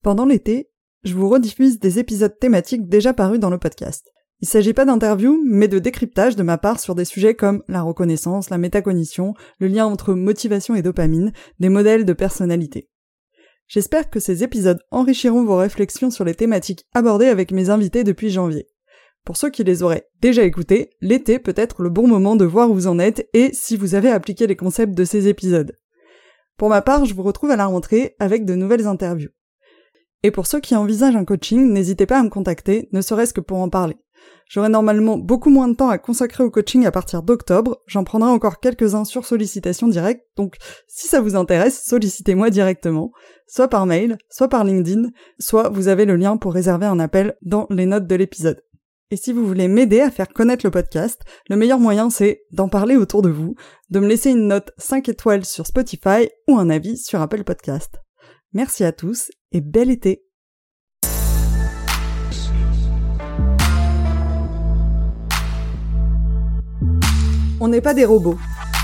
Pendant l'été, je vous rediffuse des épisodes thématiques déjà parus dans le podcast. Il s'agit pas d'interviews, mais de décryptage de ma part sur des sujets comme la reconnaissance, la métacognition, le lien entre motivation et dopamine, des modèles de personnalité. J'espère que ces épisodes enrichiront vos réflexions sur les thématiques abordées avec mes invités depuis janvier. Pour ceux qui les auraient déjà écoutés, l'été peut être le bon moment de voir où vous en êtes et si vous avez appliqué les concepts de ces épisodes. Pour ma part, je vous retrouve à la rentrée avec de nouvelles interviews. Et pour ceux qui envisagent un coaching, n'hésitez pas à me contacter, ne serait-ce que pour en parler. J'aurai normalement beaucoup moins de temps à consacrer au coaching à partir d'octobre, j'en prendrai encore quelques-uns sur sollicitation directe, donc si ça vous intéresse, sollicitez-moi directement, soit par mail, soit par LinkedIn, soit vous avez le lien pour réserver un appel dans les notes de l'épisode. Et si vous voulez m'aider à faire connaître le podcast, le meilleur moyen c'est d'en parler autour de vous, de me laisser une note 5 étoiles sur Spotify ou un avis sur Apple Podcast. Merci à tous et bel été! On n'est pas des robots.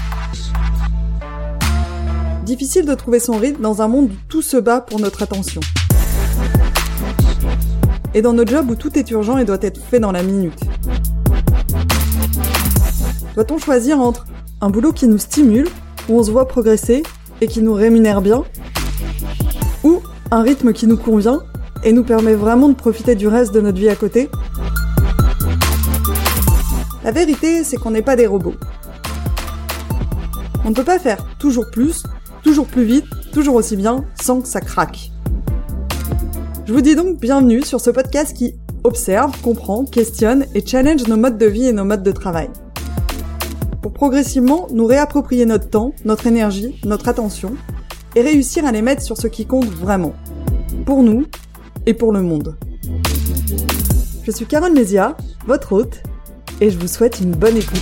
Difficile de trouver son rythme dans un monde où tout se bat pour notre attention. Et dans notre job où tout est urgent et doit être fait dans la minute. Doit-on choisir entre un boulot qui nous stimule, où on se voit progresser et qui nous rémunère bien, ou un rythme qui nous convient et nous permet vraiment de profiter du reste de notre vie à côté ? La vérité, c'est qu'on n'est pas des robots. On ne peut pas faire toujours plus vite, toujours aussi bien, sans que ça craque. Je vous dis donc bienvenue sur ce podcast qui observe, comprend, questionne et challenge nos modes de vie et nos modes de travail. Pour progressivement nous réapproprier notre temps, notre énergie, notre attention, et réussir à les mettre sur ce qui compte vraiment. Pour nous et pour le monde. Je suis Carole Mézia, votre hôte, et je vous souhaite une bonne écoute.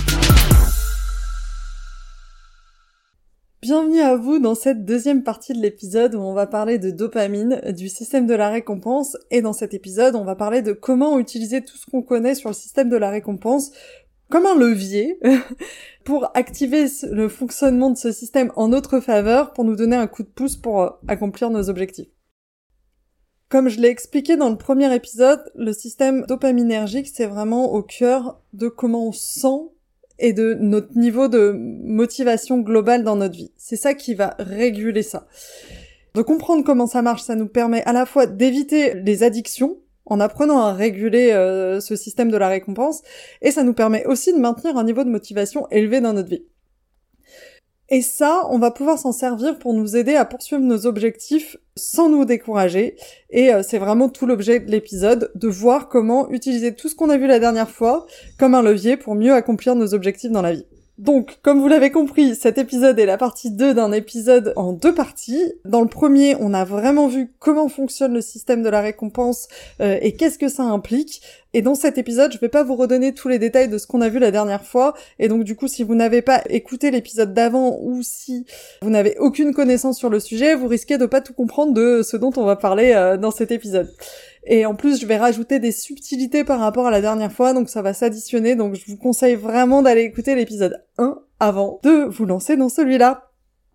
Bienvenue à vous dans cette deuxième partie de l'épisode où on va parler de dopamine, du système de la récompense, et dans cet épisode on va parler de comment utiliser tout ce qu'on connaît sur le système de la récompense comme un levier pour activer le fonctionnement de ce système en notre faveur pour nous donner un coup de pouce pour accomplir nos objectifs. Comme je l'ai expliqué dans le premier épisode, le système dopaminergique, c'est vraiment au cœur de comment on se sent et de notre niveau de motivation globale dans notre vie. C'est ça qui va réguler ça. De comprendre comment ça marche, ça nous permet à la fois d'éviter les addictions, en apprenant à réguler ce système de la récompense, et ça nous permet aussi de maintenir un niveau de motivation élevé dans notre vie. Et ça, on va pouvoir s'en servir pour nous aider à poursuivre nos objectifs sans nous décourager. Et c'est vraiment tout l'objet de l'épisode, de voir comment utiliser tout ce qu'on a vu la dernière fois comme un levier pour mieux accomplir nos objectifs dans la vie. Donc, comme vous l'avez compris, cet épisode est la partie 2 d'un épisode en 2 parties. Dans le premier, on a vraiment vu comment fonctionne le système de la récompense et qu'est-ce que ça implique. Et dans cet épisode, je vais pas vous redonner tous les détails de ce qu'on a vu la dernière fois. Et donc, du coup, si vous n'avez pas écouté l'épisode d'avant ou si vous n'avez aucune connaissance sur le sujet, vous risquez de pas tout comprendre de ce dont on va parler dans cet épisode. Et en plus, je vais rajouter des subtilités par rapport à la dernière fois, donc ça va s'additionner, donc je vous conseille vraiment d'aller écouter l'épisode 1 avant de vous lancer dans celui-là.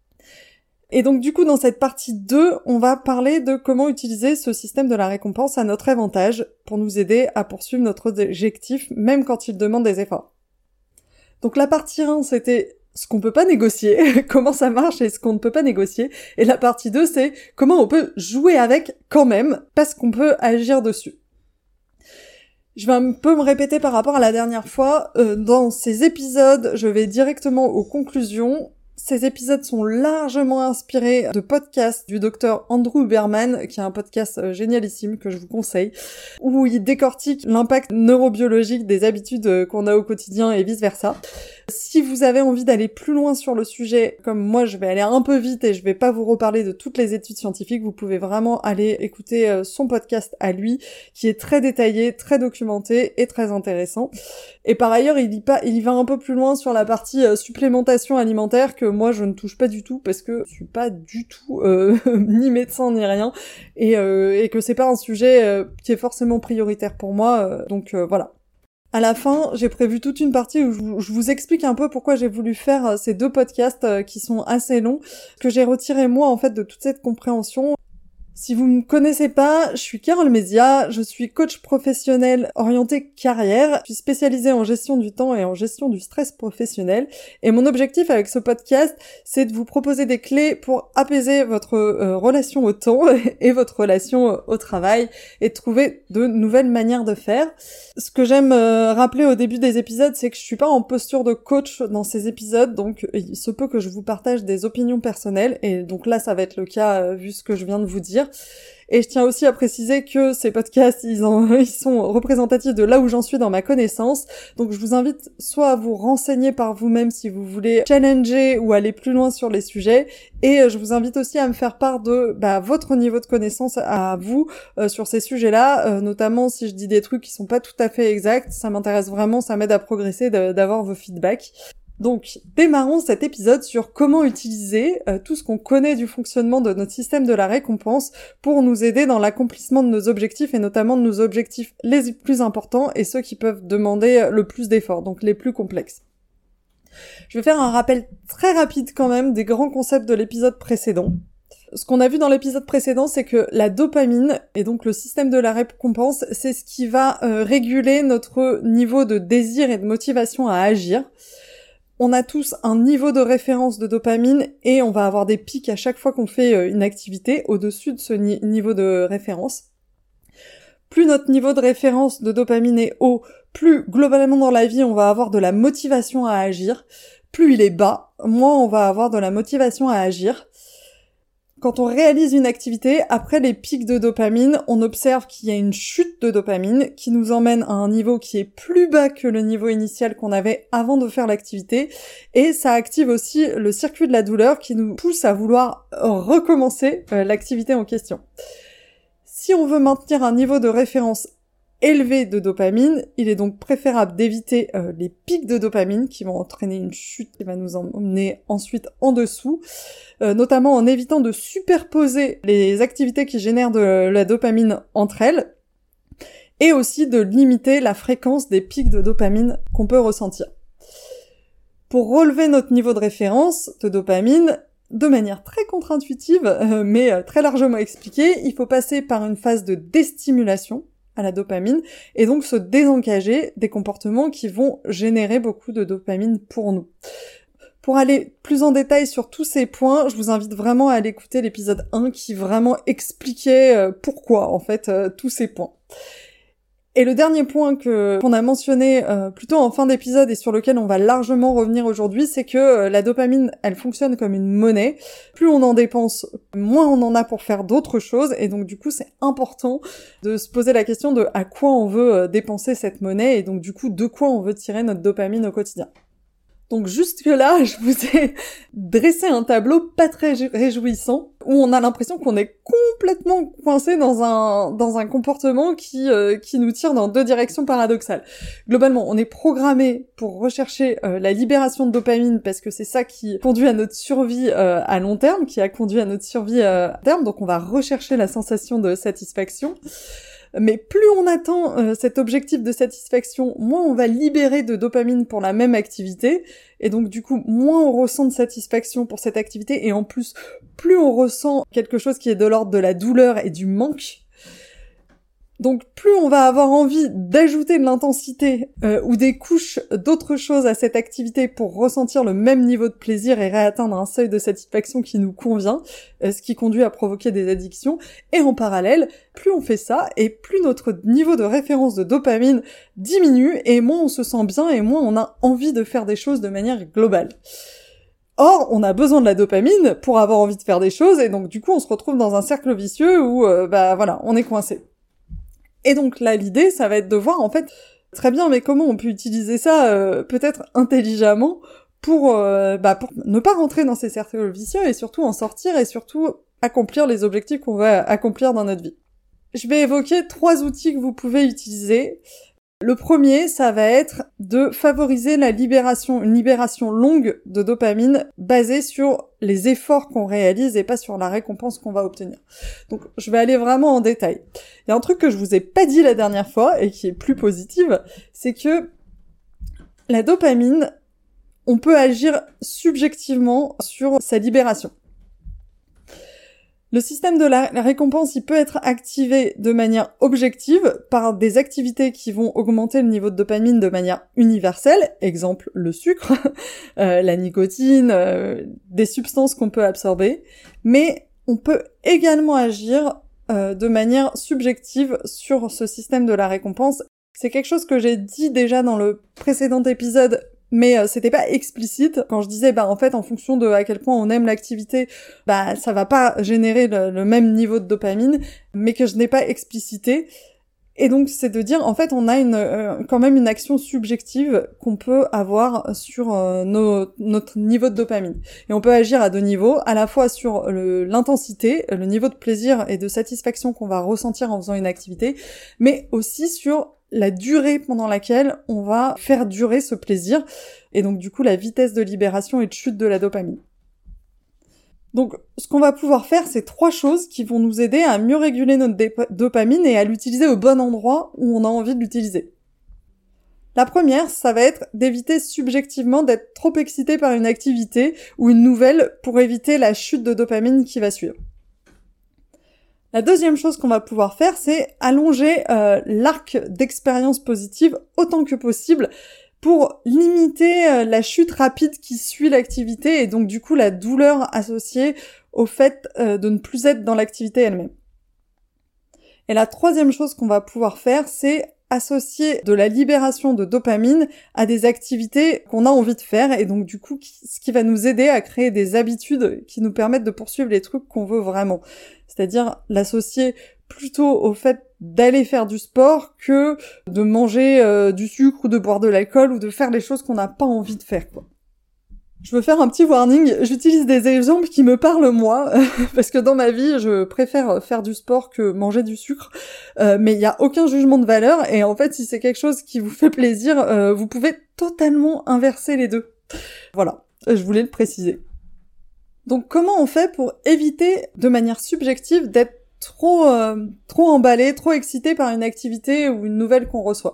Et donc du coup, dans cette partie 2, on va parler de comment utiliser ce système de la récompense à notre avantage pour nous aider à poursuivre notre objectif, même quand il demande des efforts. Donc la partie 1, c'était ce qu'on peut pas négocier, comment ça marche et ce qu'on ne peut pas négocier. Et la partie 2, c'est comment on peut jouer avec quand même, parce qu'on peut agir dessus. Je vais un peu me répéter par rapport à la dernière fois. Dans ces épisodes, je vais directement aux conclusions. Ces épisodes sont largement inspirés de podcasts du docteur Andrew Huberman, qui est un podcast génialissime que je vous conseille, où il décortique l'impact neurobiologique des habitudes qu'on a au quotidien et vice-versa. Si vous avez envie d'aller plus loin sur le sujet, comme moi je vais aller un peu vite et je vais pas vous reparler de toutes les études scientifiques, vous pouvez vraiment aller écouter son podcast à lui, qui est très détaillé, très documenté et très intéressant. Et par ailleurs, il y va un peu plus loin sur la partie supplémentation alimentaire que moi je ne touche pas du tout parce que je suis pas du tout ni médecin ni rien et que c'est pas un sujet qui est forcément prioritaire pour moi, donc voilà. À la fin, j'ai prévu toute une partie où je vous explique un peu pourquoi j'ai voulu faire ces 2 podcasts qui sont assez longs, que j'ai retiré moi en fait de toute cette compréhension. Si vous me connaissez pas, je suis Carole Mézia, je suis coach professionnel orienté carrière, je suis spécialisée en gestion du temps et en gestion du stress professionnel, et mon objectif avec ce podcast, c'est de vous proposer des clés pour apaiser votre relation au temps et votre relation au travail, et de trouver de nouvelles manières de faire. Ce que j'aime rappeler au début des épisodes, c'est que je suis pas en posture de coach dans ces épisodes, donc il se peut que je vous partage des opinions personnelles, et donc là ça va être le cas vu ce que je viens de vous dire. Et je tiens aussi à préciser que ces podcasts, ils sont représentatifs de là où j'en suis dans ma connaissance. Donc je vous invite soit à vous renseigner par vous-même si vous voulez challenger ou aller plus loin sur les sujets. Et je vous invite aussi à me faire part de votre niveau de connaissance à vous sur ces sujets-là, notamment si je dis des trucs qui sont pas tout à fait exacts. Ça m'intéresse vraiment, ça m'aide à progresser d'avoir vos feedbacks. Donc, démarrons cet épisode sur comment utiliser tout ce qu'on connaît du fonctionnement de notre système de la récompense pour nous aider dans l'accomplissement de nos objectifs et notamment de nos objectifs les plus importants et ceux qui peuvent demander le plus d'efforts, donc les plus complexes. Je vais faire un rappel très rapide quand même des grands concepts de l'épisode précédent. Ce qu'on a vu dans l'épisode précédent, c'est que la dopamine, et donc le système de la récompense, c'est ce qui va réguler notre niveau de désir et de motivation à agir. On a tous un niveau de référence de dopamine et on va avoir des pics à chaque fois qu'on fait une activité au-dessus de ce niveau de référence. Plus notre niveau de référence de dopamine est haut, plus globalement dans la vie on va avoir de la motivation à agir. Plus il est bas, moins on va avoir de la motivation à agir. Quand on réalise une activité, après les pics de dopamine, on observe qu'il y a une chute de dopamine qui nous emmène à un niveau qui est plus bas que le niveau initial qu'on avait avant de faire l'activité, et ça active aussi le circuit de la douleur qui nous pousse à vouloir recommencer l'activité en question. Si on veut maintenir un niveau de référence élevé de dopamine, il est donc préférable d'éviter les pics de dopamine qui vont entraîner une chute qui va nous emmener ensuite en dessous, notamment en évitant de superposer les activités qui génèrent de la dopamine entre elles, et aussi de limiter la fréquence des pics de dopamine qu'on peut ressentir. Pour relever notre niveau de référence de dopamine, de manière très contre-intuitive, mais très largement expliquée, il faut passer par une phase de déstimulation à la dopamine, et donc se désengager des comportements qui vont générer beaucoup de dopamine pour nous. Pour aller plus en détail sur tous ces points, je vous invite vraiment à aller écouter l'épisode 1 qui vraiment expliquait pourquoi, en fait, tous ces points. Et le dernier point qu'on a mentionné plutôt en fin d'épisode et sur lequel on va largement revenir aujourd'hui, c'est que la dopamine, elle fonctionne comme une monnaie. Plus on en dépense, moins on en a pour faire d'autres choses. Et donc du coup, c'est important de se poser la question de à quoi on veut dépenser cette monnaie et donc du coup, de quoi on veut tirer notre dopamine au quotidien. Donc jusque-là, je vous ai dressé un tableau pas très réjouissant, où on a l'impression qu'on est complètement coincé dans un comportement qui nous tire dans deux directions paradoxales. Globalement, on est programmé pour rechercher la libération de dopamine, parce que c'est ça qui conduit à notre survie à long terme, qui a conduit à notre survie à terme, donc on va rechercher la sensation de satisfaction. Mais plus on atteint cet objectif de satisfaction, moins on va libérer de dopamine pour la même activité, et donc du coup, moins on ressent de satisfaction pour cette activité, et en plus, plus on ressent quelque chose qui est de l'ordre de la douleur et du manque. Donc plus on va avoir envie d'ajouter de l'intensité ou des couches d'autres choses à cette activité pour ressentir le même niveau de plaisir et réatteindre un seuil de satisfaction qui nous convient, ce qui conduit à provoquer des addictions. Et en parallèle, plus on fait ça et plus notre niveau de référence de dopamine diminue et moins on se sent bien et moins on a envie de faire des choses de manière globale. Or, on a besoin de la dopamine pour avoir envie de faire des choses et donc du coup on se retrouve dans un cercle vicieux où on est coincé. Et donc là, l'idée, ça va être de voir, en fait, très bien, mais comment on peut utiliser ça peut-être intelligemment pour ne pas rentrer dans ces cercles vicieux et surtout en sortir et surtout accomplir les objectifs qu'on va accomplir dans notre vie. Je vais évoquer 3 outils que vous pouvez utiliser. Le premier, ça va être de favoriser une libération longue de dopamine basée sur les efforts qu'on réalise et pas sur la récompense qu'on va obtenir. Donc, je vais aller vraiment en détail. Il y a un truc que je vous ai pas dit la dernière fois et qui est plus positive, c'est que la dopamine, on peut agir subjectivement sur sa libération. Le système de la récompense, il peut être activé de manière objective par des activités qui vont augmenter le niveau de dopamine de manière universelle, exemple le sucre, la nicotine, des substances qu'on peut absorber, mais on peut également agir de manière subjective sur ce système de la récompense. C'est quelque chose que j'ai dit déjà dans le précédent épisode, mais c'était pas explicite. Quand je disais, en fait, en fonction de à quel point on aime l'activité, ça va pas générer le même niveau de dopamine, mais que je n'ai pas explicité. Et donc, c'est de dire, en fait, on a quand même une action subjective qu'on peut avoir sur notre niveau de dopamine. Et on peut agir à deux niveaux, à la fois sur l'intensité, le niveau de plaisir et de satisfaction qu'on va ressentir en faisant une activité, mais aussi sur la durée pendant laquelle on va faire durer ce plaisir, et donc du coup la vitesse de libération et de chute de la dopamine. Donc ce qu'on va pouvoir faire, c'est 3 choses qui vont nous aider à mieux réguler notre dopamine et à l'utiliser au bon endroit où on a envie de l'utiliser. La première, ça va être d'éviter subjectivement d'être trop excité par une activité ou une nouvelle pour éviter la chute de dopamine qui va suivre. La deuxième chose qu'on va pouvoir faire, c'est allonger l'arc d'expérience positive autant que possible pour limiter la chute rapide qui suit l'activité et donc du coup la douleur associée au fait de ne plus être dans l'activité elle-même. Et la troisième chose qu'on va pouvoir faire, c'est associer de la libération de dopamine à des activités qu'on a envie de faire et donc du coup ce qui va nous aider à créer des habitudes qui nous permettent de poursuivre les trucs qu'on veut vraiment. C'est-à-dire l'associer plutôt au fait d'aller faire du sport que de manger du sucre ou de boire de l'alcool ou de faire les choses qu'on n'a pas envie de faire, quoi. Je veux faire un petit warning, j'utilise des exemples qui me parlent moi, parce que dans ma vie, je préfère faire du sport que manger du sucre, mais il n'y a aucun jugement de valeur, et en fait, si c'est quelque chose qui vous fait plaisir, vous pouvez totalement inverser les deux. Voilà, je voulais le préciser. Donc comment on fait pour éviter de manière subjective d'être trop emballé, trop excité par une activité ou une nouvelle qu'on reçoit?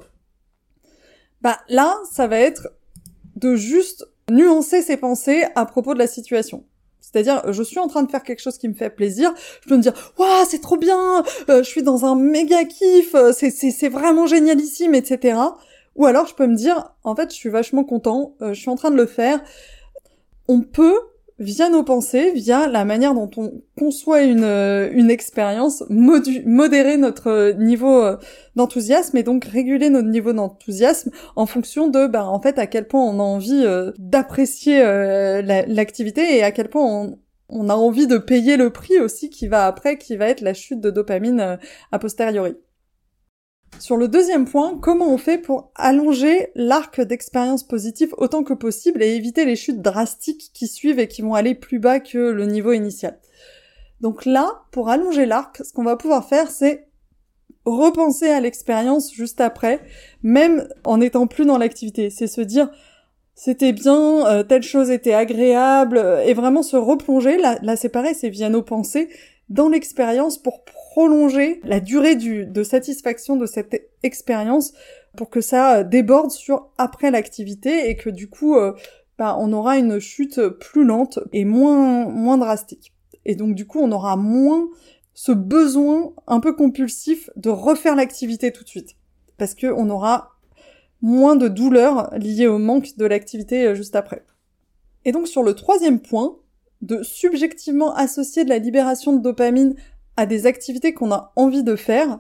Là, ça va être de juste nuancer ses pensées à propos de la situation. C'est-à-dire, je suis en train de faire quelque chose qui me fait plaisir, je peux me dire « Waouh, c'est trop bien, je suis dans un méga kiff, c'est vraiment génialissime, etc. » Ou alors, je peux me dire « En fait, je suis vachement content, je suis en train de le faire. » On peut, via nos pensées, via la manière dont on conçoit une expérience, modérer notre niveau d'enthousiasme et donc réguler notre niveau d'enthousiasme en fonction de, en fait, à quel point on a envie d'apprécier l'activité et à quel point on a envie de payer le prix aussi qui va être la chute de dopamine a posteriori. Sur le deuxième point, comment on fait pour allonger l'arc d'expérience positive autant que possible et éviter les chutes drastiques qui suivent et qui vont aller plus bas que le niveau initial? Donc là, pour allonger l'arc, ce qu'on va pouvoir faire, c'est repenser à l'expérience juste après, même en n'étant plus dans l'activité. C'est se dire, c'était bien, telle chose était agréable, et vraiment se replonger, là c'est pareil, c'est via nos pensées, dans l'expérience pour prolonger la durée de satisfaction de cette expérience pour que ça déborde sur après l'activité et que du coup on aura une chute plus lente et moins drastique. Et donc du coup on aura moins ce besoin un peu compulsif de refaire l'activité tout de suite parce que on aura moins de douleur liée au manque de l'activité juste après. Et donc sur le troisième point, de subjectivement associer de la libération de dopamine à des activités qu'on a envie de faire,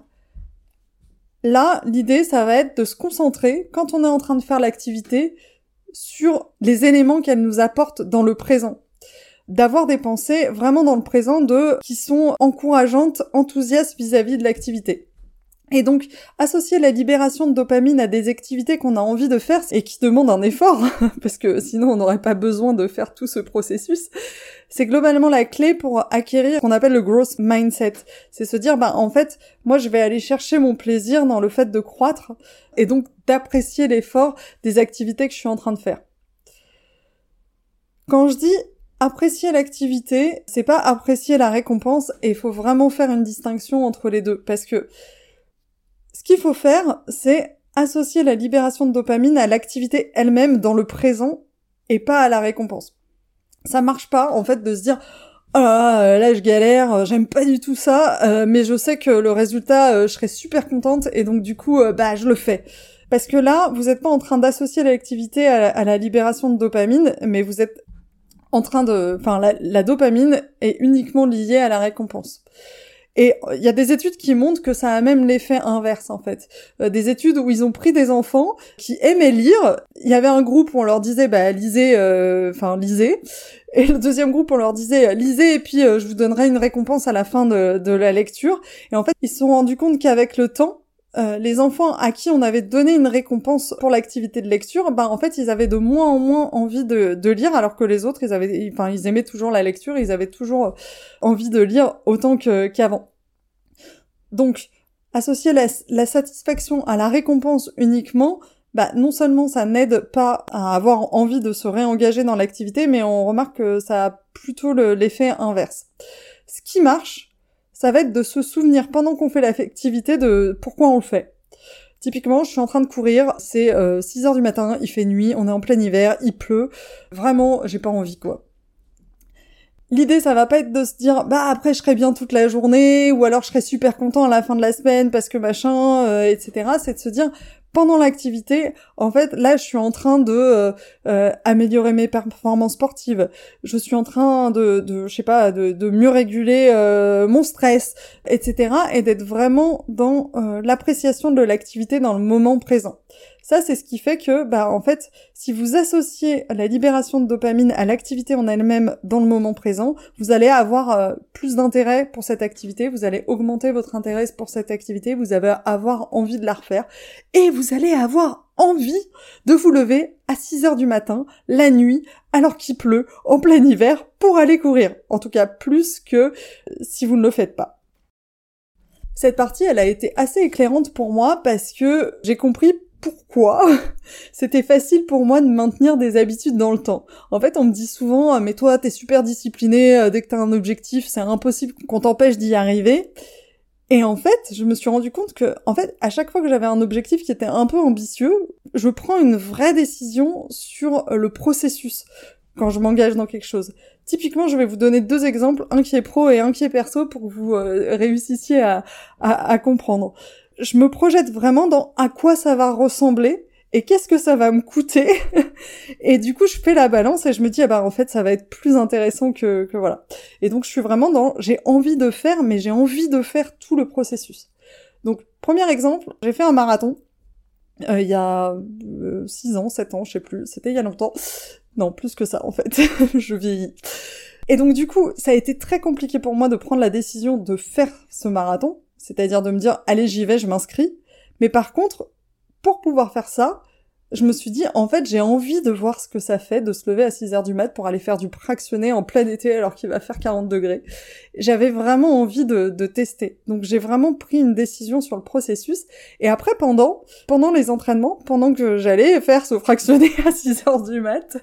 là, l'idée, ça va être de se concentrer, quand on est en train de faire l'activité, sur les éléments qu'elle nous apporte dans le présent. D'avoir des pensées vraiment dans le présent qui sont encourageantes, enthousiastes vis-à-vis de l'activité. Et donc, associer la libération de dopamine à des activités qu'on a envie de faire et qui demandent un effort, parce que sinon on n'aurait pas besoin de faire tout ce processus, c'est globalement la clé pour acquérir ce qu'on appelle le growth mindset. C'est se dire, en fait, moi je vais aller chercher mon plaisir dans le fait de croître, et donc d'apprécier l'effort des activités que je suis en train de faire. Quand je dis apprécier l'activité, c'est pas apprécier la récompense, et il faut vraiment faire une distinction entre les deux, parce que ce qu'il faut faire, c'est associer la libération de dopamine à l'activité elle-même dans le présent et pas à la récompense. Ça marche pas, en fait, de se dire oh là je galère, j'aime pas du tout ça, mais je sais que le résultat, je serai super contente et donc du coup, je le fais. Parce que là, vous êtes pas en train d'associer l'activité à la libération de dopamine, mais vous êtes en train de... Enfin, la dopamine est uniquement liée à la récompense. Et il y a des études qui montrent que ça a même l'effet inverse, en fait. Des études où ils ont pris des enfants qui aimaient lire. Il y avait un groupe où on leur disait, lisez, lisez. Et le deuxième groupe, on leur disait, lisez, et puis je vous donnerai une récompense à la fin de la lecture. Et en fait, ils se sont rendus compte qu'avec le temps, les enfants à qui on avait donné une récompense pour l'activité de lecture, en fait, ils avaient de moins en moins envie de lire, alors que les autres, ils aimaient toujours la lecture, ils avaient toujours envie de lire autant qu'avant. Donc, associer la satisfaction à la récompense uniquement, non seulement ça n'aide pas à avoir envie de se réengager dans l'activité, mais on remarque que ça a plutôt l'effet inverse. Ce qui marche, ça va être de se souvenir pendant qu'on fait l'activité de pourquoi on le fait. Typiquement, je suis en train de courir, c'est 6h du matin, il fait nuit, on est en plein hiver, il pleut. Vraiment, j'ai pas envie, quoi. L'idée, ça va pas être de se dire, après je serai bien toute la journée, ou alors je serai super content à la fin de la semaine parce que machin, etc. C'est de se dire, pendant l'activité, en fait, là, je suis en train de améliorer mes performances sportives. Je suis en train de mieux réguler mon stress, etc. Et d'être vraiment dans l'appréciation de l'activité dans le moment présent. Ça, c'est ce qui fait que, en fait, si vous associez la libération de dopamine à l'activité en elle-même dans le moment présent, vous allez avoir plus d'intérêt pour cette activité, vous allez augmenter votre intérêt pour cette activité, vous allez avoir envie de la refaire, et vous allez avoir envie de vous lever à 6h du matin, la nuit, alors qu'il pleut, en plein hiver, pour aller courir. En tout cas, plus que si vous ne le faites pas. Cette partie, elle a été assez éclairante pour moi parce que j'ai compris pourquoi c'était facile pour moi de maintenir des habitudes dans le temps. En fait, on me dit souvent « mais toi, t'es super discipliné, dès que t'as un objectif, c'est impossible qu'on t'empêche d'y arriver ». Et en fait, je me suis rendu compte que, à chaque fois que j'avais un objectif qui était un peu ambitieux, je prends une vraie décision sur le processus quand je m'engage dans quelque chose. Typiquement, je vais vous donner 2 exemples, un qui est pro et un qui est perso, pour que vous réussissiez à comprendre. Je me projette vraiment dans à quoi ça va ressembler et qu'est-ce que ça va me coûter. Et du coup, je fais la balance et je me dis, en fait, ça va être plus intéressant que voilà. Et donc, je suis vraiment dans, j'ai envie de faire, mais j'ai envie de faire tout le processus. Donc, premier exemple, j'ai fait un marathon, il y a 6 ans, 7 ans, je sais plus, c'était il y a longtemps. Non, plus que ça, en fait. Je vieillis. Et donc, du coup, ça a été très compliqué pour moi de prendre la décision de faire ce marathon, c'est-à-dire de me dire, allez, j'y vais, je m'inscris. Mais par contre, pour pouvoir faire ça, je me suis dit, en fait, j'ai envie de voir ce que ça fait de se lever à 6h du mat pour aller faire du fractionné en plein été alors qu'il va faire 40 degrés. J'avais vraiment envie de tester. Donc j'ai vraiment pris une décision sur le processus. Et après, pendant les entraînements, pendant que j'allais faire ce fractionné à 6h du mat,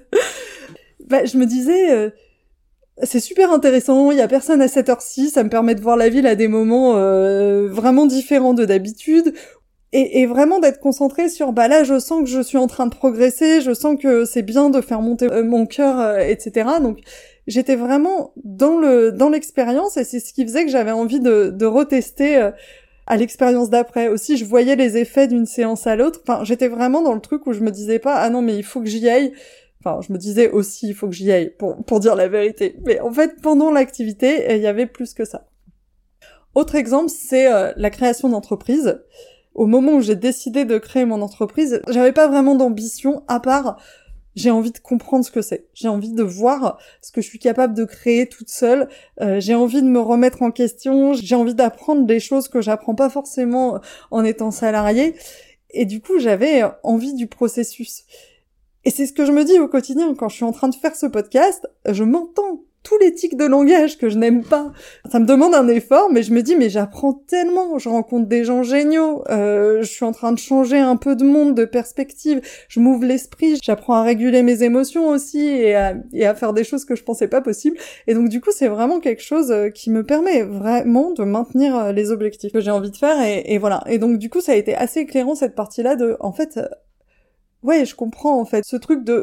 je me disais... c'est super intéressant, il y a personne à cette heure-ci, ça me permet de voir la ville à des moments vraiment différents de d'habitude, et vraiment d'être concentrée sur, là je sens que je suis en train de progresser, je sens que c'est bien de faire monter mon cœur, etc. Donc j'étais vraiment dans l'expérience, et c'est ce qui faisait que j'avais envie de retester à l'expérience d'après. Aussi, je voyais les effets d'une séance à l'autre, j'étais vraiment dans le truc où je me disais pas, ah non mais il faut que j'y aille. Je me disais aussi, il faut que j'y aille, pour dire la vérité. Mais en fait, pendant l'activité, il y avait plus que ça. Autre exemple, c'est la création d'entreprise. Au moment où j'ai décidé de créer mon entreprise, j'avais pas vraiment d'ambition, à part, j'ai envie de comprendre ce que c'est. J'ai envie de voir ce que je suis capable de créer toute seule. J'ai envie de me remettre en question. J'ai envie d'apprendre des choses que j'apprends pas forcément en étant salariée. Et du coup, j'avais envie du processus. Et c'est ce que je me dis au quotidien quand je suis en train de faire ce podcast, je m'entends tous les tics de langage que je n'aime pas. Ça me demande un effort, mais je me dis, mais j'apprends tellement, je rencontre des gens géniaux, je suis en train de changer un peu de monde, de perspective, je m'ouvre l'esprit, j'apprends à réguler mes émotions aussi et à faire des choses que je pensais pas possibles. Et donc du coup, c'est vraiment quelque chose qui me permet vraiment de maintenir les objectifs que j'ai envie de faire et voilà. Et donc du coup, ça a été assez éclairant cette partie-là de, en fait... ouais, je comprends, en fait, ce truc de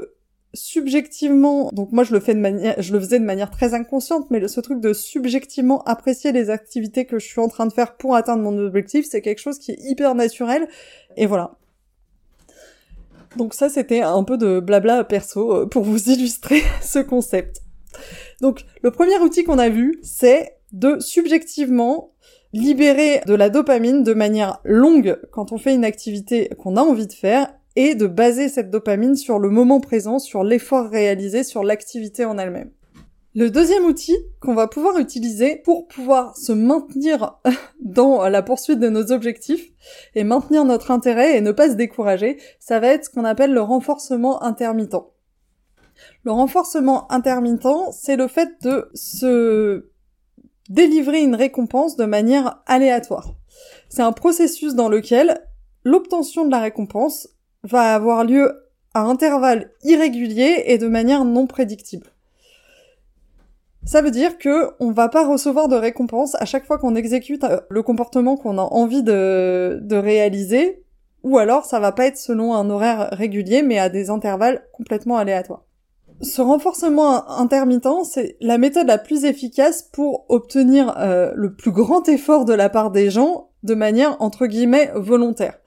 subjectivement, donc moi je le faisais de manière très inconsciente, mais ce truc de subjectivement apprécier les activités que je suis en train de faire pour atteindre mon objectif, c'est quelque chose qui est hyper naturel, et voilà. Donc ça, c'était un peu de blabla perso pour vous illustrer ce concept. Donc le premier outil qu'on a vu, c'est de subjectivement libérer de la dopamine de manière longue quand on fait une activité qu'on a envie de faire, et de baser cette dopamine sur le moment présent, sur l'effort réalisé, sur l'activité en elle-même. Le deuxième outil qu'on va pouvoir utiliser pour pouvoir se maintenir dans la poursuite de nos objectifs et maintenir notre intérêt et ne pas se décourager, ça va être ce qu'on appelle le renforcement intermittent. Le renforcement intermittent, c'est le fait de se délivrer une récompense de manière aléatoire. C'est un processus dans lequel l'obtention de la récompense va avoir lieu à intervalles irréguliers et de manière non prédictible. Ça veut dire que on va pas recevoir de récompense à chaque fois qu'on exécute le comportement qu'on a envie de réaliser, ou alors ça va pas être selon un horaire régulier, mais à des intervalles complètement aléatoires. Ce renforcement intermittent, c'est la méthode la plus efficace pour obtenir le plus grand effort de la part des gens de manière, entre guillemets, volontaire.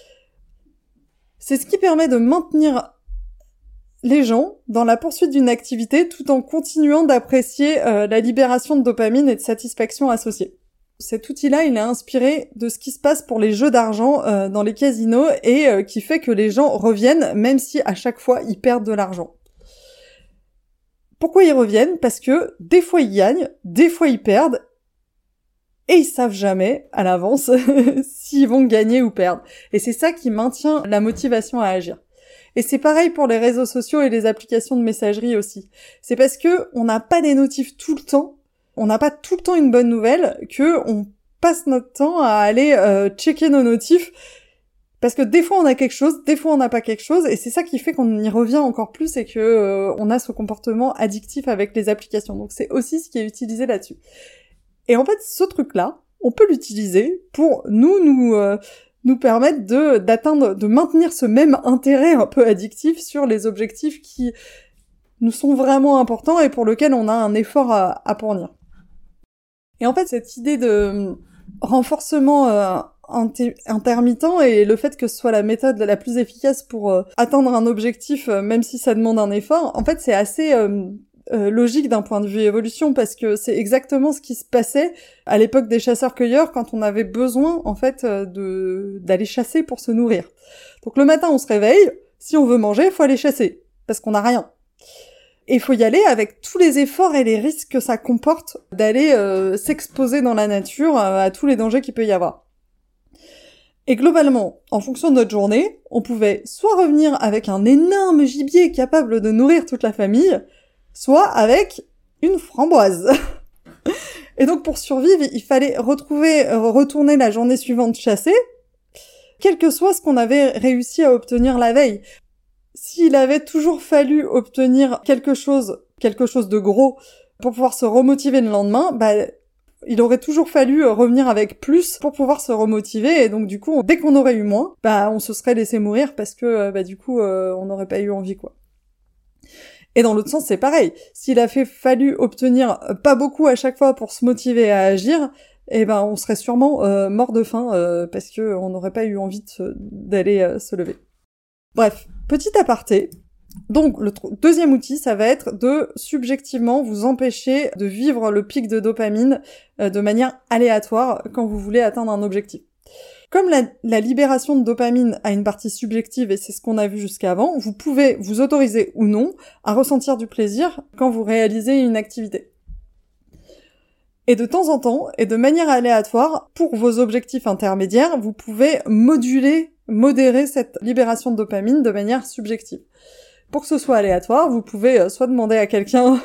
C'est ce qui permet de maintenir les gens dans la poursuite d'une activité tout en continuant d'apprécier la libération de dopamine et de satisfaction associée. Cet outil-là, il est inspiré de ce qui se passe pour les jeux d'argent dans les casinos et qui fait que les gens reviennent même si à chaque fois ils perdent de l'argent. Pourquoi ils reviennent ? Parce que des fois ils gagnent, des fois ils perdent, et ils savent jamais, à l'avance, s'ils vont gagner ou perdre. Et c'est ça qui maintient la motivation à agir. Et c'est pareil pour les réseaux sociaux et les applications de messagerie aussi. C'est parce que on n'a pas des notifs tout le temps, on n'a pas tout le temps une bonne nouvelle, que on passe notre temps à aller checker nos notifs, parce que des fois on a quelque chose, des fois on n'a pas quelque chose, et c'est ça qui fait qu'on y revient encore plus et que on a ce comportement addictif avec les applications. Donc c'est aussi ce qui est utilisé là-dessus. Et en fait, ce truc-là, on peut l'utiliser pour nous permettre de maintenir ce même intérêt un peu addictif sur les objectifs qui nous sont vraiment importants et pour lesquels on a un effort à fournir. Et en fait, cette idée de renforcement intermittent et le fait que ce soit la méthode la plus efficace pour atteindre un objectif, même si ça demande un effort, en fait, c'est assez logique d'un point de vue évolution, parce que c'est exactement ce qui se passait à l'époque des chasseurs-cueilleurs quand on avait besoin, en fait, d'aller chasser pour se nourrir. Donc le matin, on se réveille, si on veut manger, il faut aller chasser, parce qu'on n'a rien. Et il faut y aller avec tous les efforts et les risques que ça comporte d'aller s'exposer dans la nature à tous les dangers qu'il peut y avoir. Et globalement, en fonction de notre journée, on pouvait soit revenir avec un énorme gibier capable de nourrir toute la famille, soit avec une framboise. Et donc pour survivre, il fallait retourner la journée suivante chasser, quel que soit ce qu'on avait réussi à obtenir la veille. S'il avait toujours fallu obtenir quelque chose de gros pour pouvoir se remotiver le lendemain, il aurait toujours fallu revenir avec plus pour pouvoir se remotiver, et donc du coup, dès qu'on aurait eu moins, on se serait laissé mourir parce que du coup, on n'aurait pas eu envie, quoi. Et dans l'autre sens, c'est pareil. S'il a fallu obtenir pas beaucoup à chaque fois pour se motiver à agir, on serait sûrement mort de faim parce que on n'aurait pas eu envie d'aller se lever. Bref, petit aparté. Donc, le deuxième outil, ça va être de subjectivement vous empêcher de vivre le pic de dopamine de manière aléatoire quand vous voulez atteindre un objectif. Comme la libération de dopamine a une partie subjective, et c'est ce qu'on a vu jusqu'avant, vous pouvez vous autoriser ou non à ressentir du plaisir quand vous réalisez une activité. Et de temps en temps, et de manière aléatoire, pour vos objectifs intermédiaires, vous pouvez modérer cette libération de dopamine de manière subjective. Pour que ce soit aléatoire, vous pouvez soit demander à quelqu'un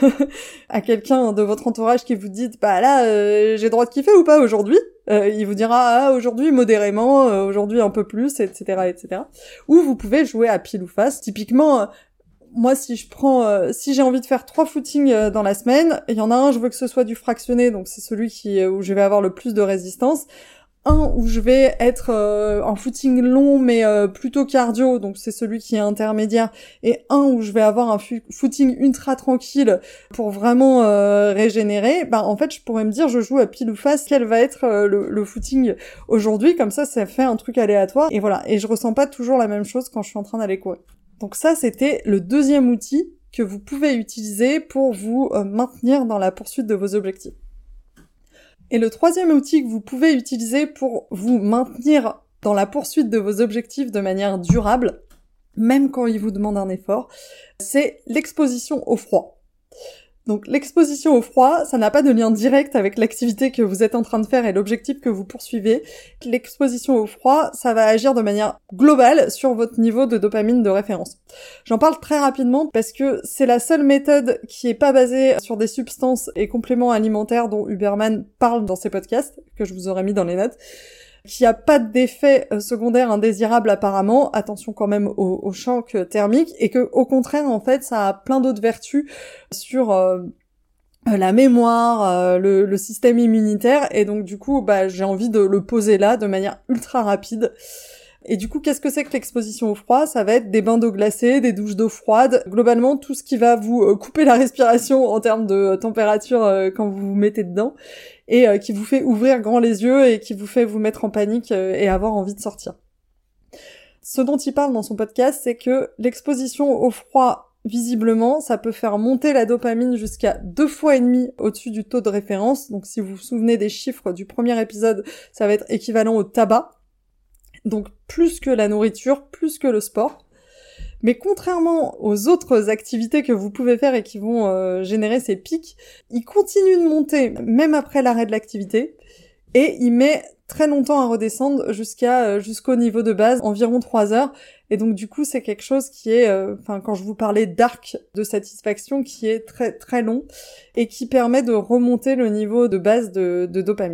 de votre entourage qui vous dit j'ai droit de kiffer ou pas aujourd'hui. Il vous dira aujourd'hui modérément, aujourd'hui un peu plus, etc., etc. Ou vous pouvez jouer à pile ou face. Typiquement, moi si j'ai envie de faire 3 footings dans la semaine, il y en a un, je veux que ce soit du fractionné, donc c'est celui où je vais avoir le plus de résistance. un où je vais être en footing long mais plutôt cardio, donc c'est celui qui est intermédiaire, et un où je vais avoir un footing ultra tranquille pour vraiment régénérer, en fait je pourrais me dire je joue à pile ou face quel va être le footing aujourd'hui, comme ça fait un truc aléatoire, et voilà, et je ressens pas toujours la même chose quand je suis en train d'aller courir. Donc ça c'était le deuxième outil que vous pouvez utiliser pour vous maintenir dans la poursuite de vos objectifs. Et le troisième outil que vous pouvez utiliser pour vous maintenir dans la poursuite de vos objectifs de manière durable, même quand ils vous demandent un effort, c'est l'exposition au froid. Donc l'exposition au froid, ça n'a pas de lien direct avec l'activité que vous êtes en train de faire et l'objectif que vous poursuivez. L'exposition au froid, ça va agir de manière globale sur votre niveau de dopamine de référence. J'en parle très rapidement parce que c'est la seule méthode qui est pas basée sur des substances et compléments alimentaires dont Huberman parle dans ses podcasts, que je vous aurais mis dans les notes, qui a pas d'effet secondaire indésirable apparemment, attention quand même au choc thermique, et que au contraire en fait ça a plein d'autres vertus sur la mémoire, le système immunitaire, et donc du coup j'ai envie de le poser là de manière ultra rapide. Et du coup, qu'est-ce que c'est que l'exposition au froid ? Ça va être des bains d'eau glacée, des douches d'eau froide, globalement tout ce qui va vous couper la respiration en termes de température quand vous vous mettez dedans, et qui vous fait ouvrir grand les yeux et qui vous fait vous mettre en panique et avoir envie de sortir. Ce dont il parle dans son podcast, c'est que l'exposition au froid, visiblement, ça peut faire monter la dopamine jusqu'à 2,5 fois au-dessus du taux de référence. Donc si vous vous souvenez des chiffres du premier épisode, ça va être équivalent au tabac. Donc plus que la nourriture, plus que le sport. Mais contrairement aux autres activités que vous pouvez faire et qui vont générer ces pics, il continue de monter même après l'arrêt de l'activité, et il met très longtemps à redescendre jusqu'au niveau de base, environ 3 heures. Et donc du coup c'est quelque chose qui est, quand je vous parlais d'arc de satisfaction, qui est très très long et qui permet de remonter le niveau de base de dopamine.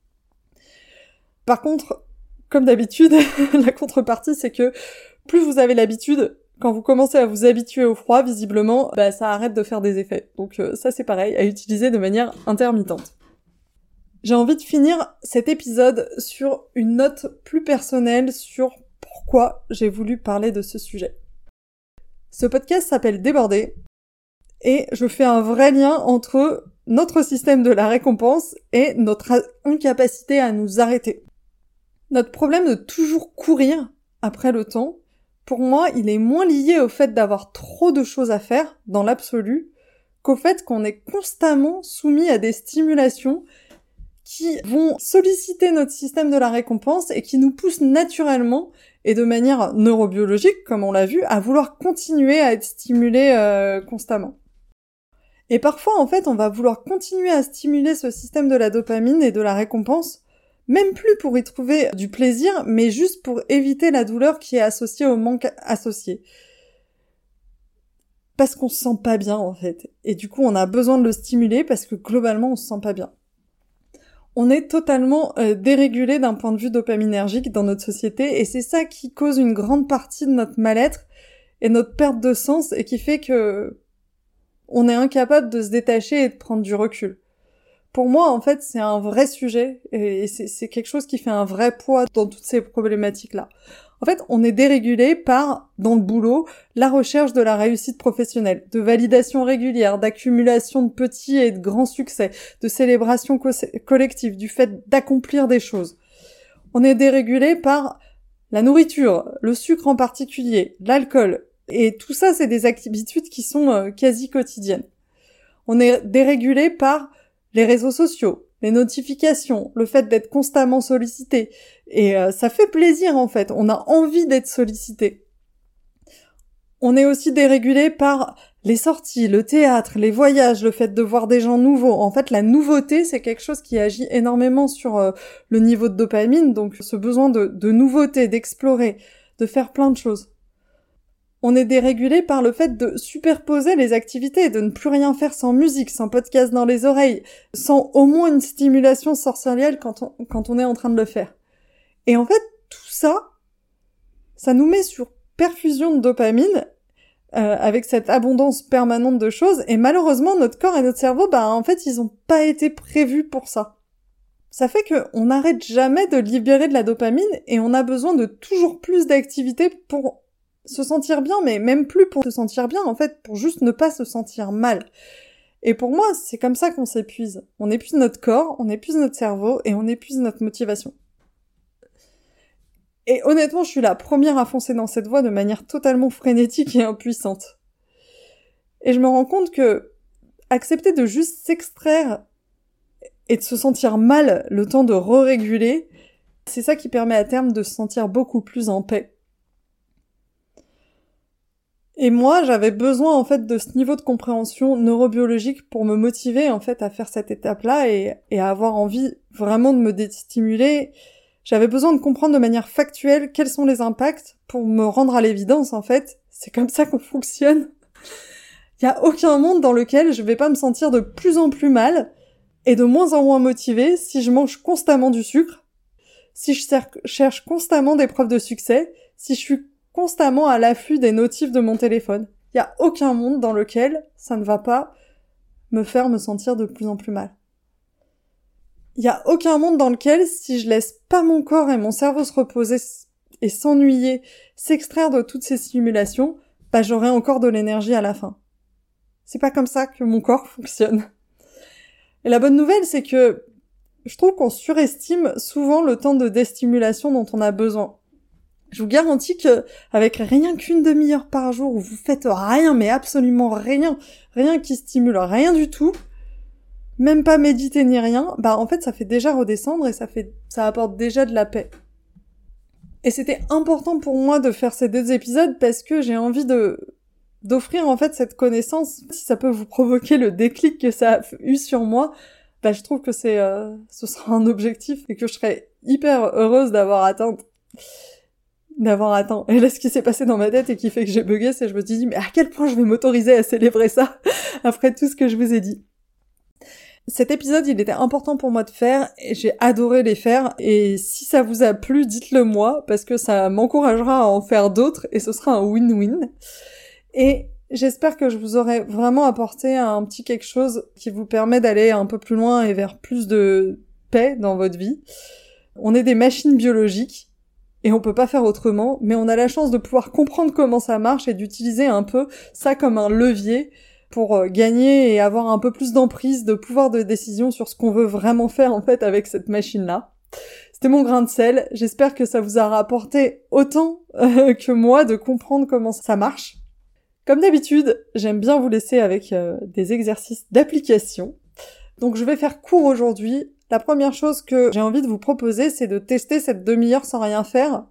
Par contre, comme d'habitude, la contrepartie, c'est que plus vous avez l'habitude, quand vous commencez à vous habituer au froid, visiblement, ça arrête de faire des effets. Donc ça, c'est pareil, à utiliser de manière intermittente. J'ai envie de finir cet épisode sur une note plus personnelle sur pourquoi j'ai voulu parler de ce sujet. Ce podcast s'appelle Débordé, et je fais un vrai lien entre notre système de la récompense et notre incapacité à nous arrêter. Notre problème de toujours courir après le temps, pour moi, il est moins lié au fait d'avoir trop de choses à faire, dans l'absolu, qu'au fait qu'on est constamment soumis à des stimulations qui vont solliciter notre système de la récompense et qui nous poussent naturellement, et de manière neurobiologique, comme on l'a vu, à vouloir continuer à être stimulé constamment. Et parfois, en fait, on va vouloir continuer à stimuler ce système de la dopamine et de la récompense, même plus pour y trouver du plaisir, mais juste pour éviter la douleur qui est associée au manque associé. Parce qu'on se sent pas bien, en fait. Et du coup, on a besoin de le stimuler parce que globalement, on se sent pas bien. On est totalement dérégulé d'un point de vue dopaminergique dans notre société, et c'est ça qui cause une grande partie de notre mal-être et notre perte de sens, et qui fait que on est incapable de se détacher et de prendre du recul. Pour moi, en fait, c'est un vrai sujet, et c'est quelque chose qui fait un vrai poids dans toutes ces problématiques-là. En fait, on est dérégulé par, dans le boulot, la recherche de la réussite professionnelle, de validation régulière, d'accumulation de petits et de grands succès, de célébration collective, du fait d'accomplir des choses. On est dérégulé par la nourriture, le sucre en particulier, l'alcool, et tout ça, c'est des habitudes qui sont quasi quotidiennes. On est dérégulé par les réseaux sociaux, les notifications, le fait d'être constamment sollicité. Et ça fait plaisir en fait, on a envie d'être sollicité. On est aussi dérégulé par les sorties, le théâtre, les voyages, le fait de voir des gens nouveaux. En fait, la nouveauté, c'est quelque chose qui agit énormément sur le niveau de dopamine, donc ce besoin de nouveauté, d'explorer, de faire plein de choses. On est dérégulé par le fait de superposer les activités, de ne plus rien faire sans musique, sans podcast dans les oreilles, sans au moins une stimulation sensorielle quand on est en train de le faire. Et en fait, tout ça, ça nous met sur perfusion de dopamine, avec cette abondance permanente de choses, et malheureusement, notre corps et notre cerveau, en fait, ils ont pas été prévus pour ça. ça fait qu'on n'arrête jamais de libérer de la dopamine et on a besoin de toujours plus d'activités pour se sentir bien, mais même plus pour se sentir bien, en fait, pour juste ne pas se sentir mal. Et pour moi, c'est comme ça qu'on s'épuise. On épuise notre corps, on épuise notre cerveau et on épuise notre motivation. Et honnêtement, je suis la première à foncer dans cette voie de manière totalement frénétique et impuissante. Et je me rends compte que accepter de juste s'extraire et de se sentir mal le temps de re-réguler, c'est ça qui permet à terme de se sentir beaucoup plus en paix. Et moi, j'avais besoin en fait de ce niveau de compréhension neurobiologique pour me motiver en fait à faire cette étape-là et à avoir envie vraiment de me déstimuler. J'avais besoin de comprendre de manière factuelle quels sont les impacts pour me rendre à l'évidence en fait. C'est comme ça qu'on fonctionne. Il y a aucun monde dans lequel je vais pas me sentir de plus en plus mal et de moins en moins motivée si je mange constamment du sucre, si je cherche constamment des preuves de succès, si je suis constamment à l'affût des notifs de mon téléphone. Il y a aucun monde dans lequel ça ne va pas me faire me sentir de plus en plus mal. Il y a aucun monde dans lequel, si je laisse pas mon corps et mon cerveau se reposer et s'ennuyer, s'extraire de toutes ces stimulations, j'aurai encore de l'énergie à la fin. C'est pas comme ça que mon corps fonctionne. Et la bonne nouvelle, c'est que je trouve qu'on surestime souvent le temps de déstimulation dont on a besoin. Je vous garantis que avec rien qu'une demi-heure par jour où vous faites rien, mais absolument rien qui stimule, rien du tout, même pas méditer ni rien, en fait ça fait déjà redescendre et ça apporte déjà de la paix. Et c'était important pour moi de faire ces 2 épisodes parce que j'ai envie d'offrir en fait cette connaissance. Si ça peut vous provoquer le déclic que ça a eu sur moi, je trouve que ce sera un objectif et que je serais hyper heureuse d'avoir atteint. Et là, ce qui s'est passé dans ma tête et qui fait que j'ai bugué, c'est que je me suis dit, mais à quel point je vais m'autoriser à célébrer ça après tout ce que je vous ai dit. Cet épisode, il était important pour moi de faire et j'ai adoré les faire. Et si ça vous a plu, dites-le moi parce que ça m'encouragera à en faire d'autres et ce sera un win-win. Et j'espère que je vous aurai vraiment apporté un petit quelque chose qui vous permet d'aller un peu plus loin et vers plus de paix dans votre vie. On est des machines biologiques. Et on peut pas faire autrement, mais on a la chance de pouvoir comprendre comment ça marche et d'utiliser un peu ça comme un levier pour gagner et avoir un peu plus d'emprise, de pouvoir de décision sur ce qu'on veut vraiment faire en fait avec cette machine-là. C'était mon grain de sel, j'espère que ça vous a rapporté autant que moi de comprendre comment ça marche. Comme d'habitude, j'aime bien vous laisser avec des exercices d'application. Donc je vais faire court aujourd'hui. La première chose que j'ai envie de vous proposer, c'est de tester cette demi-heure sans rien faire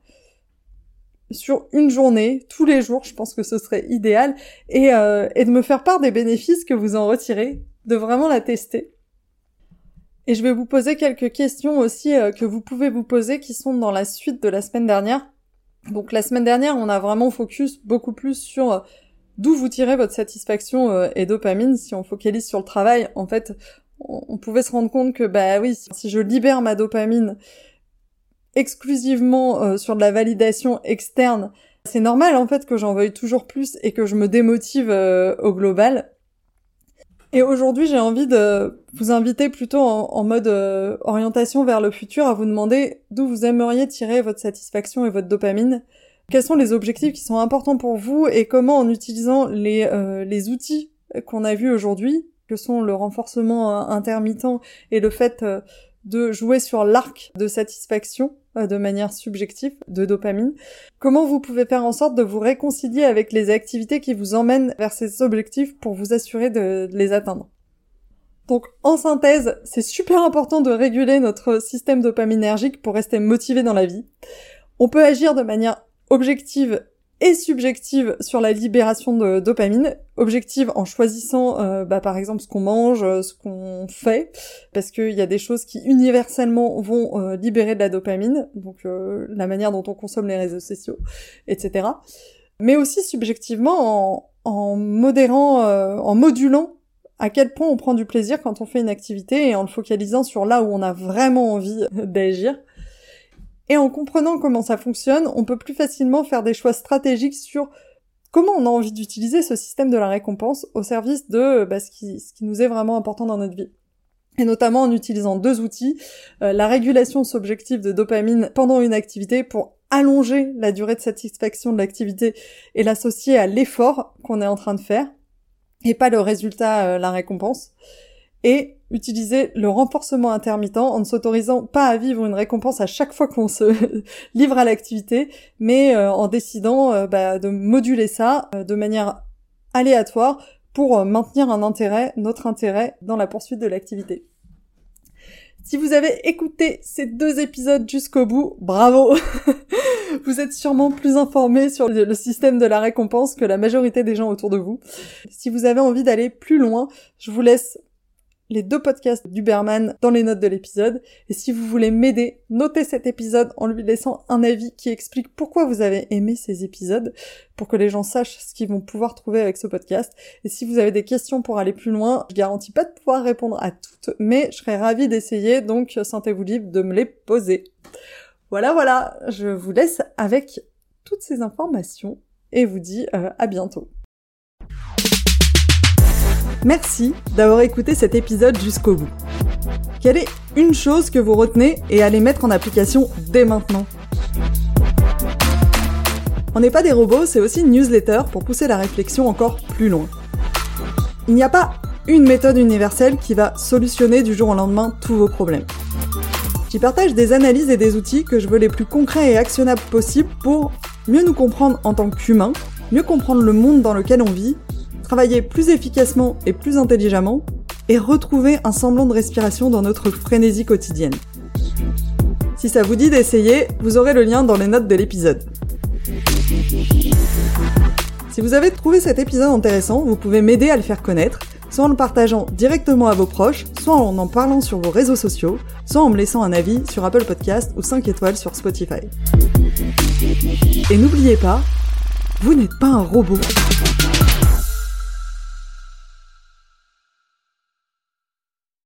sur une journée, tous les jours, je pense que ce serait idéal, et de me faire part des bénéfices que vous en retirez, de vraiment la tester. Et je vais vous poser quelques questions aussi que vous pouvez vous poser qui sont dans la suite de la semaine dernière. Donc la semaine dernière, on a vraiment focus beaucoup plus sur d'où vous tirez votre satisfaction et dopamine. Si on focalise sur le travail, en fait, on pouvait se rendre compte que oui, si je libère ma dopamine exclusivement sur de la validation externe, c'est normal en fait que j'en veuille toujours plus et que je me démotive au global. Et aujourd'hui, j'ai envie de vous inviter plutôt en mode orientation vers le futur, à vous demander d'où vous aimeriez tirer votre satisfaction et votre dopamine. Quels sont les objectifs qui sont importants pour vous et comment, en utilisant les outils qu'on a vus aujourd'hui, que sont le renforcement intermittent et le fait de jouer sur l'arc de satisfaction de manière subjective, de dopamine, comment vous pouvez faire en sorte de vous réconcilier avec les activités qui vous emmènent vers ces objectifs pour vous assurer de les atteindre. Donc, en synthèse, c'est super important de réguler notre système dopaminergique pour rester motivé dans la vie. On peut agir de manière objective et subjective sur la libération de dopamine. Objective en choisissant par exemple ce qu'on mange, ce qu'on fait, parce qu'il y a des choses qui universellement vont libérer de la dopamine, donc la manière dont on consomme les réseaux sociaux, etc. Mais aussi subjectivement en modérant, en modulant à quel point on prend du plaisir quand on fait une activité et en le focalisant sur là où on a vraiment envie d'agir. Et en comprenant comment ça fonctionne, on peut plus facilement faire des choix stratégiques sur comment on a envie d'utiliser ce système de la récompense au service de ce qui nous est vraiment important dans notre vie. et notamment en utilisant 2 outils, la régulation subjective de dopamine pendant une activité pour allonger la durée de satisfaction de l'activité et l'associer à l'effort qu'on est en train de faire, et pas le résultat, la récompense, et utiliser le renforcement intermittent en ne s'autorisant pas à vivre une récompense à chaque fois qu'on se livre à l'activité, mais en décidant de moduler ça de manière aléatoire pour maintenir notre intérêt dans la poursuite de l'activité. Si vous avez écouté ces 2 épisodes jusqu'au bout, bravo! Vous êtes sûrement plus informés sur le système de la récompense que la majorité des gens autour de vous. Si vous avez envie d'aller plus loin, je vous laisse les 2 podcasts d'Huberman dans les notes de l'épisode. Et si vous voulez m'aider, notez cet épisode en lui laissant un avis qui explique pourquoi vous avez aimé ces épisodes, pour que les gens sachent ce qu'ils vont pouvoir trouver avec ce podcast. Et si vous avez des questions pour aller plus loin, je garantis pas de pouvoir répondre à toutes, mais je serais ravie d'essayer, donc sentez-vous libre de me les poser. Voilà, je vous laisse avec toutes ces informations et vous dis à bientôt. Merci d'avoir écouté cet épisode jusqu'au bout. Quelle est une chose que vous retenez et allez mettre en application dès maintenant ? On n'est pas des robots, c'est aussi une newsletter pour pousser la réflexion encore plus loin. Il n'y a pas une méthode universelle qui va solutionner du jour au lendemain tous vos problèmes. J'y partage des analyses et des outils que je veux les plus concrets et actionnables possibles pour mieux nous comprendre en tant qu'humains, mieux comprendre le monde dans lequel on vit, travailler plus efficacement et plus intelligemment, et retrouver un semblant de respiration dans notre frénésie quotidienne. Si ça vous dit d'essayer, vous aurez le lien dans les notes de l'épisode. Si vous avez trouvé cet épisode intéressant, vous pouvez m'aider à le faire connaître, soit en le partageant directement à vos proches, soit en en parlant sur vos réseaux sociaux, soit en me laissant un avis sur Apple Podcast ou 5 étoiles sur Spotify. Et n'oubliez pas, vous n'êtes pas un robot.